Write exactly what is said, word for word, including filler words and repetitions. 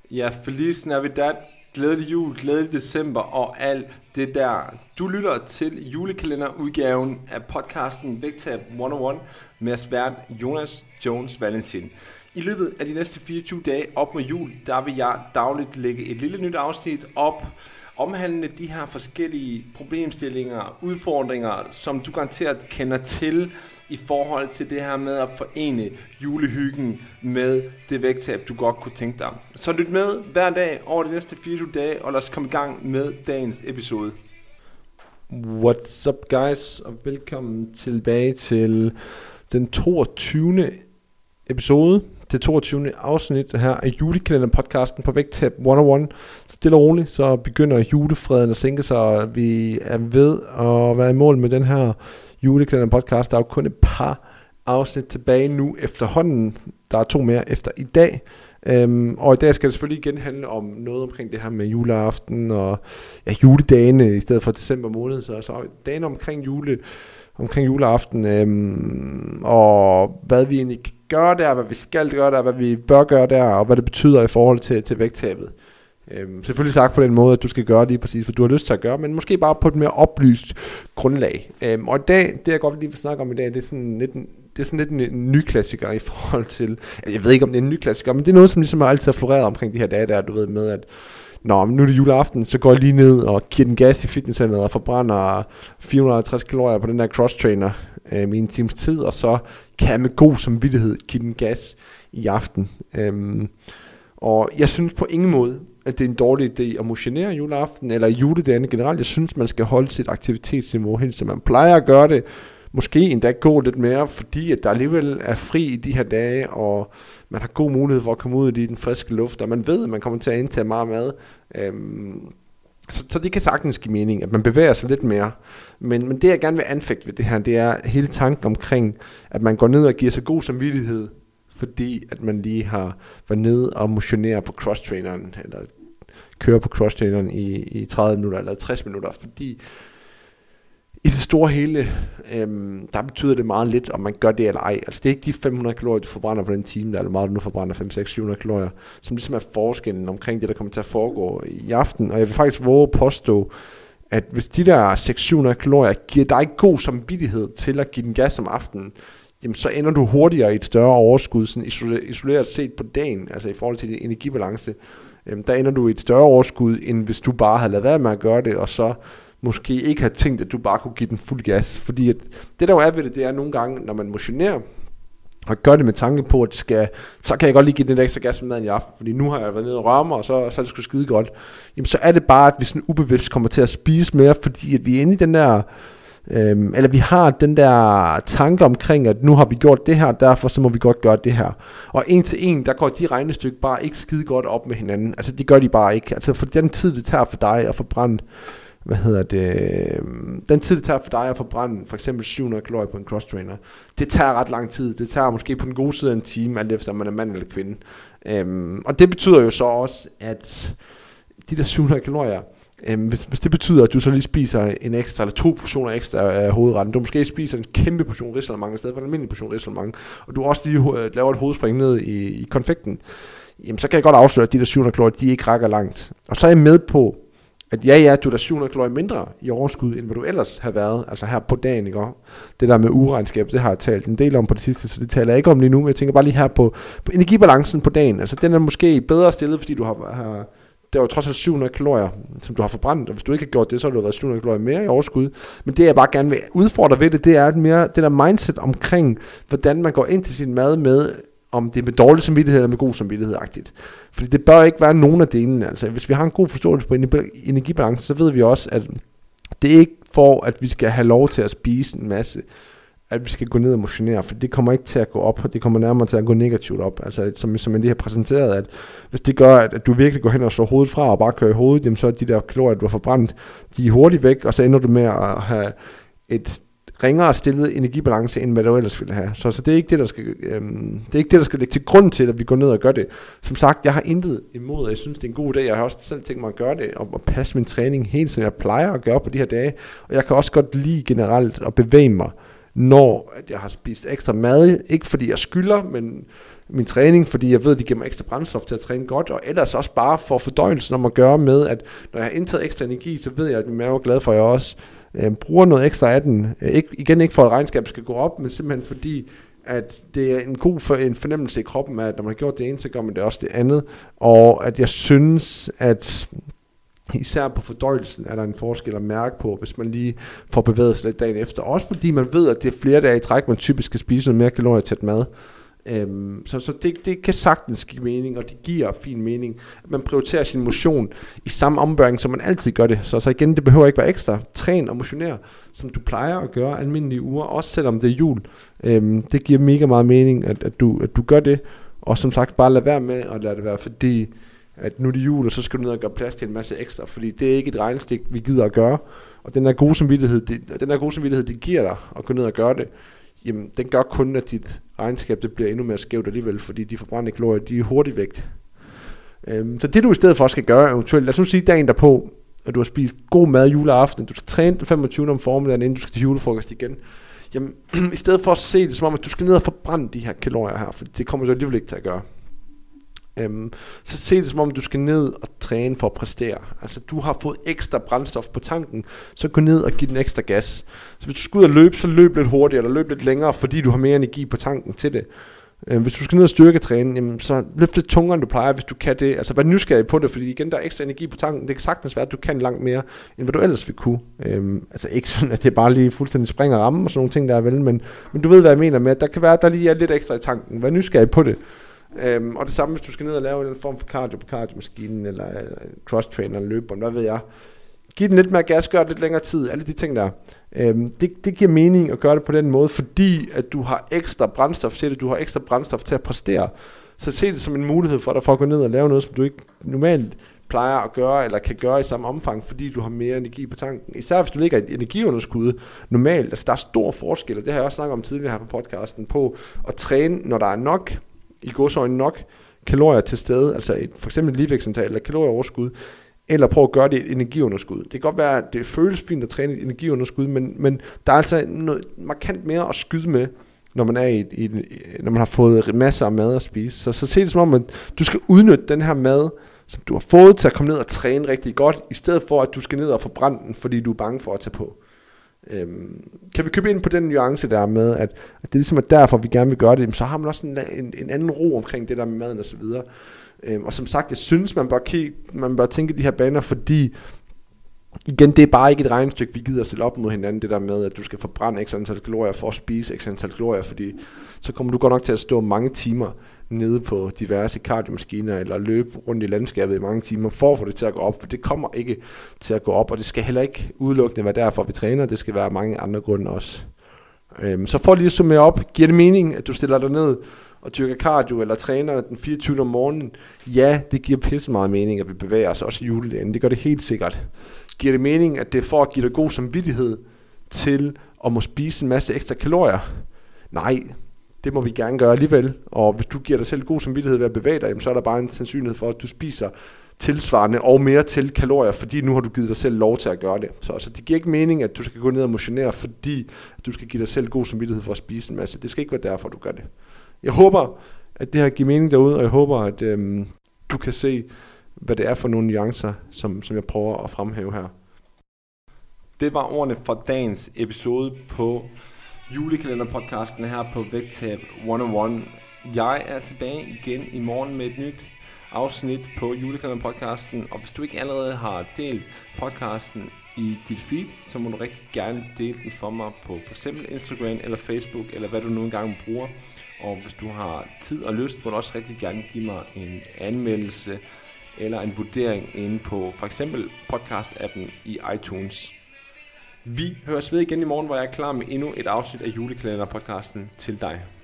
Ja, Feliz Navidad, glædelig jul, glædelig december og alt det der. Du lytter til julekalenderudgaven af podcasten Vægtab et nul et med svært Jonas Jones Valentin. I løbet af de næste fireogtyve dage op mod jul, der vil jeg dagligt lægge et lille nyt afsnit op, omhandlende de her forskellige problemstillinger, udfordringer, som du garanteret kender til i forhold til det her med at forene julehyggen med det vægttab, du godt kunne tænke dig. Så lyt med hver dag over de næste fireogtyve dage, og lad os komme i gang med dagens episode. What's up guys, og velkommen tilbage til den toogtyvende episode. Det toogtyvende afsnit her af julekalender-podcasten på Vægtab et nul et. Stille og roligt, så begynder julefreden at sænke sig, og vi er ved at være i mål med den her julekalender-podcast. Der er jo kun et par afsnit tilbage nu efterhånden. Der er to mere efter i dag. Øhm, og i dag skal det selvfølgelig igen handle om noget omkring det her med juleaften og ja, juledagene i stedet for december måned. Så, så dagene omkring jule omkring juleaften, øhm, og hvad vi egentlig gør der, hvad vi skal gøre der, hvad vi bør gøre der, og hvad det betyder i forhold til, til vægttabet. Øhm, selvfølgelig sagt på den måde, at du skal gøre lige præcis, hvad du har lyst til at gøre, men måske bare på et mere oplyst grundlag. Øhm, og i dag, det jeg godt lige vil snakke om i dag, det er sådan lidt, det er sådan lidt en, en ny klassiker i forhold til, jeg ved ikke om det er en ny klassiker, men det er noget, som ligesom altid har floreret omkring de her dage der, du ved med, at nå, nu er det juleaften, så går jeg lige ned og giver den gas i fitnesscenteret og forbrænder fire hundrede og halvtreds kalorier på den der cross-trainer øh, i en times tid, og så kan jeg med god samvittighed give den gas i aften. Øhm, og jeg synes på ingen måde, at det er en dårlig idé at motionere juleaften, eller juledagene generelt. Jeg synes, man skal holde sit aktivitetsniveau helt, som man plejer at gøre det. Måske endda gå lidt mere, fordi at der alligevel er fri i de her dage, og man har god mulighed for at komme ud i den friske luft, og man ved, at man kommer til at indtage meget mad. Øhm, så, så det kan sagtens give mening, at man bevæger sig lidt mere. Men, men det, jeg gerne vil anfægte ved det her, det er hele tanken omkring, at man går ned og giver sig god samvittighed, fordi at man lige har været nede og motionere på cross-traineren, eller køre på cross-traineren i, i tredive minutter, eller tres minutter, fordi i det store hele, øhm, der betyder det meget lidt, om man gør det eller ej. Altså det er ikke de fem hundrede kalorier, du forbrænder på den time, der er meget, du nu forbrænder fem seks syv hundrede kalorier, som ligesom er forskellen omkring det, der kommer til at foregå i aften. Og jeg vil faktisk våge at påstå, at hvis de der seks syv hundrede kalorier giver dig god samvittighed til at give den gas om aftenen, jamen så ender du hurtigere i et større overskud, sådan isoleret set på dagen, altså i forhold til din energibalance. Øhm, der ender du i et større overskud, end hvis du bare havde lavet være med at gøre det, og så måske ikke har tænkt, at du bare kunne give den fuld gas. Fordi at det der jo er ved det, det er nogle gange, når man motionerer, og gør det med tanke på, at det skal, så kan jeg godt lige give den ekstra gas med maden i aften, fordi nu har jeg været nede og røre mig, og så, så er det sgu skide godt. Jamen så er det bare, at vi sådan ubevidst kommer til at spise mere, fordi at vi er inde i den der, øhm, eller vi har den der tanke omkring, at nu har vi gjort det her, derfor så må vi godt gøre det her. Og en til en, der går de regnestykke bare ikke skide godt op med hinanden. Altså det gør de bare ikke. Altså for den tid, det tager for dig at forbrænde, hvad hedder det, den tid det tager for dig at forbrænde for eksempel syv hundrede kalorier på en cross-trainer, det tager ret lang tid. Det tager måske på den gode side af en time, alt efter om man er mand eller kvinde. Øhm, og det betyder jo så også, at de der syv hundrede kalorier, øhm, hvis, hvis det betyder, at du så lige spiser en ekstra, eller to portioner ekstra af hovedretten, du måske spiser en kæmpe portion risalemang i stedet for en almindelig portion risalemang, og du også lige laver et hovedspring ned i, i konfekten, jamen så kan jeg godt afsløre, at de der syv hundrede kalorier, de ikke rækker langt. Og så er jeg med på, at ja, ja, du er der syv hundrede kalorier mindre i overskud, end hvad du ellers har været, altså her på dagen, ikke? Det der med uregnskab, det har jeg talt en del om på det sidste, så det taler jeg ikke om lige nu, men jeg tænker bare lige her på, på energibalancen på dagen, altså den er måske bedre stillet, fordi du har, har der var trods alt syv hundrede kalorier, som du har forbrændt, og hvis du ikke har gjort det, så har du været syv hundrede kalorier mere i overskud. Men det jeg bare gerne vil udfordre ved det, det er et mere, det der mindset omkring, hvordan man går ind til sin mad med, om det er med dårlig samvittighed eller med god samvittighed-agtigt. Fordi det bør ikke være nogen af delene. Altså, hvis vi har en god forståelse på energibalancen, så ved vi også, at det er ikke for, at vi skal have lov til at spise en masse, at vi skal gå ned og motionere, for det kommer ikke til at gå op, og det kommer nærmere til at gå negativt op. Altså, som, som jeg lige har præsenteret, at hvis det gør, at, at du virkelig går hen og slår hovedet fra og bare kører i hovedet, jamen så er de der kalorier, du har forbrændt, de er hurtigt væk, og så ender du med at have et ringere stillet energibalance, end hvad du ellers ville have. Så, så det er ikke det, der skal, øhm, det er ikke det, der skal lægge til grund til, at vi går ned og gør det. Som sagt, jeg har intet imod, og jeg synes, det er en god idé. Jeg har også selv tænkt mig at gøre det, og, og passe min træning helt, som jeg plejer at gøre på de her dage. Og jeg kan også godt lide generelt at bevæge mig når at jeg har spist ekstra mad, ikke fordi jeg skylder, men min træning, fordi jeg ved, at det giver mig ekstra brændstof til at træne godt, og ellers også bare for fordøjelsen om at gøre med, at når jeg har indtaget ekstra energi, så ved jeg, at min mave er glad for, at jeg også øh, bruger noget ekstra af den. Ikke, igen ikke for, at regnskabet skal gå op, men simpelthen fordi, at det er en god for, en fornemmelse i kroppen af, at når man har gjort det ene, så gør man det også det andet, og at jeg synes, at især på fordøjelsen er der en forskel at mærke på, hvis man lige får bevæget sig lidt dagen efter. Også fordi man ved, at det er flere dage i træk, man typisk skal spise noget mere kalorietæt mad. Øhm, så så det, det kan sagtens give mening, og det giver fin mening, at man prioriterer sin motion i samme ombæring, som man altid gør det. Så, så igen, det behøver ikke være ekstra. Træn og motionere, som du plejer at gøre almindelige uger, også selvom det er jul. Øhm, det giver mega meget mening, at, at, du, at du gør det. Og som sagt, bare lad være med at lade det være, fordi at nu er det jul, og så skal du ned og gøre plads til en masse ekstra, fordi det er ikke et regnestik, vi gider at gøre. Og den der gode samvittighed, det, den der gode samvittighed, det giver dig at gå ned og gøre det, jamen den gør kun, at dit regnskab det bliver endnu mere skævt alligevel, fordi de forbrændte kalorier, de er hurtigt væk. Øhm, så det du i stedet for skal gøre eventuelt, lad os nu sige dagen derpå, at du har spist god mad juleaften, du skal træne den femogtyvende om formiddagen, inden du skal til julefrokost igen. Jamen, i stedet for at se det som om, at du skal ned og forbrænde de her kalorier her, for det kommer du alligevel ikke til at gøre. Øhm, så se det som om, du skal ned og træne for at præstere. Altså, du har fået ekstra brændstof på tanken, så gå ned og giv den ekstra gas. Så hvis du skal ud og løbe, så løb lidt hurtigere, eller løb lidt længere, fordi du har mere energi på tanken til det. Øhm, hvis du skal ned og styrketræne, jamen, så løft lidt tungere, end du plejer, hvis du kan det. Altså, vær nysgerrig på det, fordi igen, der er ekstra energi på tanken. Det kan sagtens være, at du kan langt mere, end hvad du ellers vil kunne. Øhm, altså, ikke sådan, at det bare lige fuldstændig springer ramme og sådan nogle ting, der er vel, men, men du ved, hvad jeg mener med, at der kan være, at der lige er lidt ekstra i tanken. Vær nysgerrig på det. Øhm, og det samme, hvis du skal ned og lave en form for cardio på cardiomaskinen, eller uh, cross-trainer, eller løbebånd, hvad ved jeg. Giv den lidt mere gas, gør det lidt længere tid, alle de ting der. Øhm, det, det giver mening at gøre det på den måde, fordi at du har ekstra brændstof til det, du har ekstra brændstof til at præstere. Så se det som en mulighed for dig for at gå ned og lave noget, som du ikke normalt plejer at gøre, eller kan gøre i samme omfang, fordi du har mere energi på tanken. Især hvis du ligger i et energiunderskud normalt. Altså der er stor forskel, og det har jeg også snakket om tidligere her på podcasten, på at træne, når der er nok, i godsøjne nok kalorier til stede, altså et, for eksempel et ligevægtsantal eller kalorieoverskud, eller prøv at gøre det i et energiunderskud. Det kan godt være, at det føles fint at træne et energiunderskud, men, men der er altså noget markant mere at skyde med, når man er i, i når man har fået masser af mad at spise. Så, så se det som om, at du skal udnytte den her mad, som du har fået til at komme ned og træne rigtig godt, i stedet for, at du skal ned og forbrænde den, fordi du er bange for at tage på. Øhm, kan vi købe ind på den nuance der med, at, at det ligesom er derfor, vi gerne vil gøre det, så har man også en, en, en anden ro omkring det der med maden og så videre. Øhm, og som sagt, jeg synes, man bør, kigge, man bør tænke de her baner, fordi igen, det er bare ikke et regnestykke, vi gider at stille op mod hinanden, det der med, at du skal forbrænde x antal kalorier for at spise x antal kalorier, fordi så kommer du godt nok til at stå mange timer nede på diverse cardiomaskiner, eller løbe rundt i landskabet i mange timer, for at få det til at gå op, for det kommer ikke til at gå op, og det skal heller ikke udelukkende være derfor, vi træner, det skal være mange andre grunde også. Øhm, så for lige at summere op, giver det mening, at du stiller dig ned og dyrker cardio, eller træner den fireogtyvende om morgenen? Ja, det giver pisse meget mening, at vi bevæger os også i juledagen, det gør det helt sikkert. Giver det mening, at det er for at give dig god samvittighed til at må spise en masse ekstra kalorier? Nej, det må vi gerne gøre alligevel. Og hvis du giver dig selv god samvittighed ved at bevæge dig, så er der bare en sandsynlighed for, at du spiser tilsvarende og mere til kalorier, fordi nu har du givet dig selv lov til at gøre det. Så altså, det giver ikke mening, at du skal gå ned og motionere, fordi du skal give dig selv god samvittighed for at spise en masse. Det skal ikke være derfor, du gør det. Jeg håber, at det her giver mening derude, og jeg håber, at øhm, du kan se, hvad det er for nogle nuancer, som, som jeg prøver at fremhæve her. Det var ordene fra dagens episode på julekalenderpodcasten her på Vægttab et nul et. Jeg er tilbage igen i morgen med et nyt afsnit på julekalenderpodcasten, og hvis du ikke allerede har delt podcasten i dit feed, så må du rigtig gerne dele den for mig på for eksempel Instagram eller Facebook, eller hvad du nu engang bruger. Og hvis du har tid og lyst, må du også rigtig gerne give mig en anmeldelse eller en vurdering inde på for eksempel podcast-appen i iTunes. Vi høres ved igen i morgen, hvor jeg er klar med endnu et afsnit af julekalenderpodcasten til dig.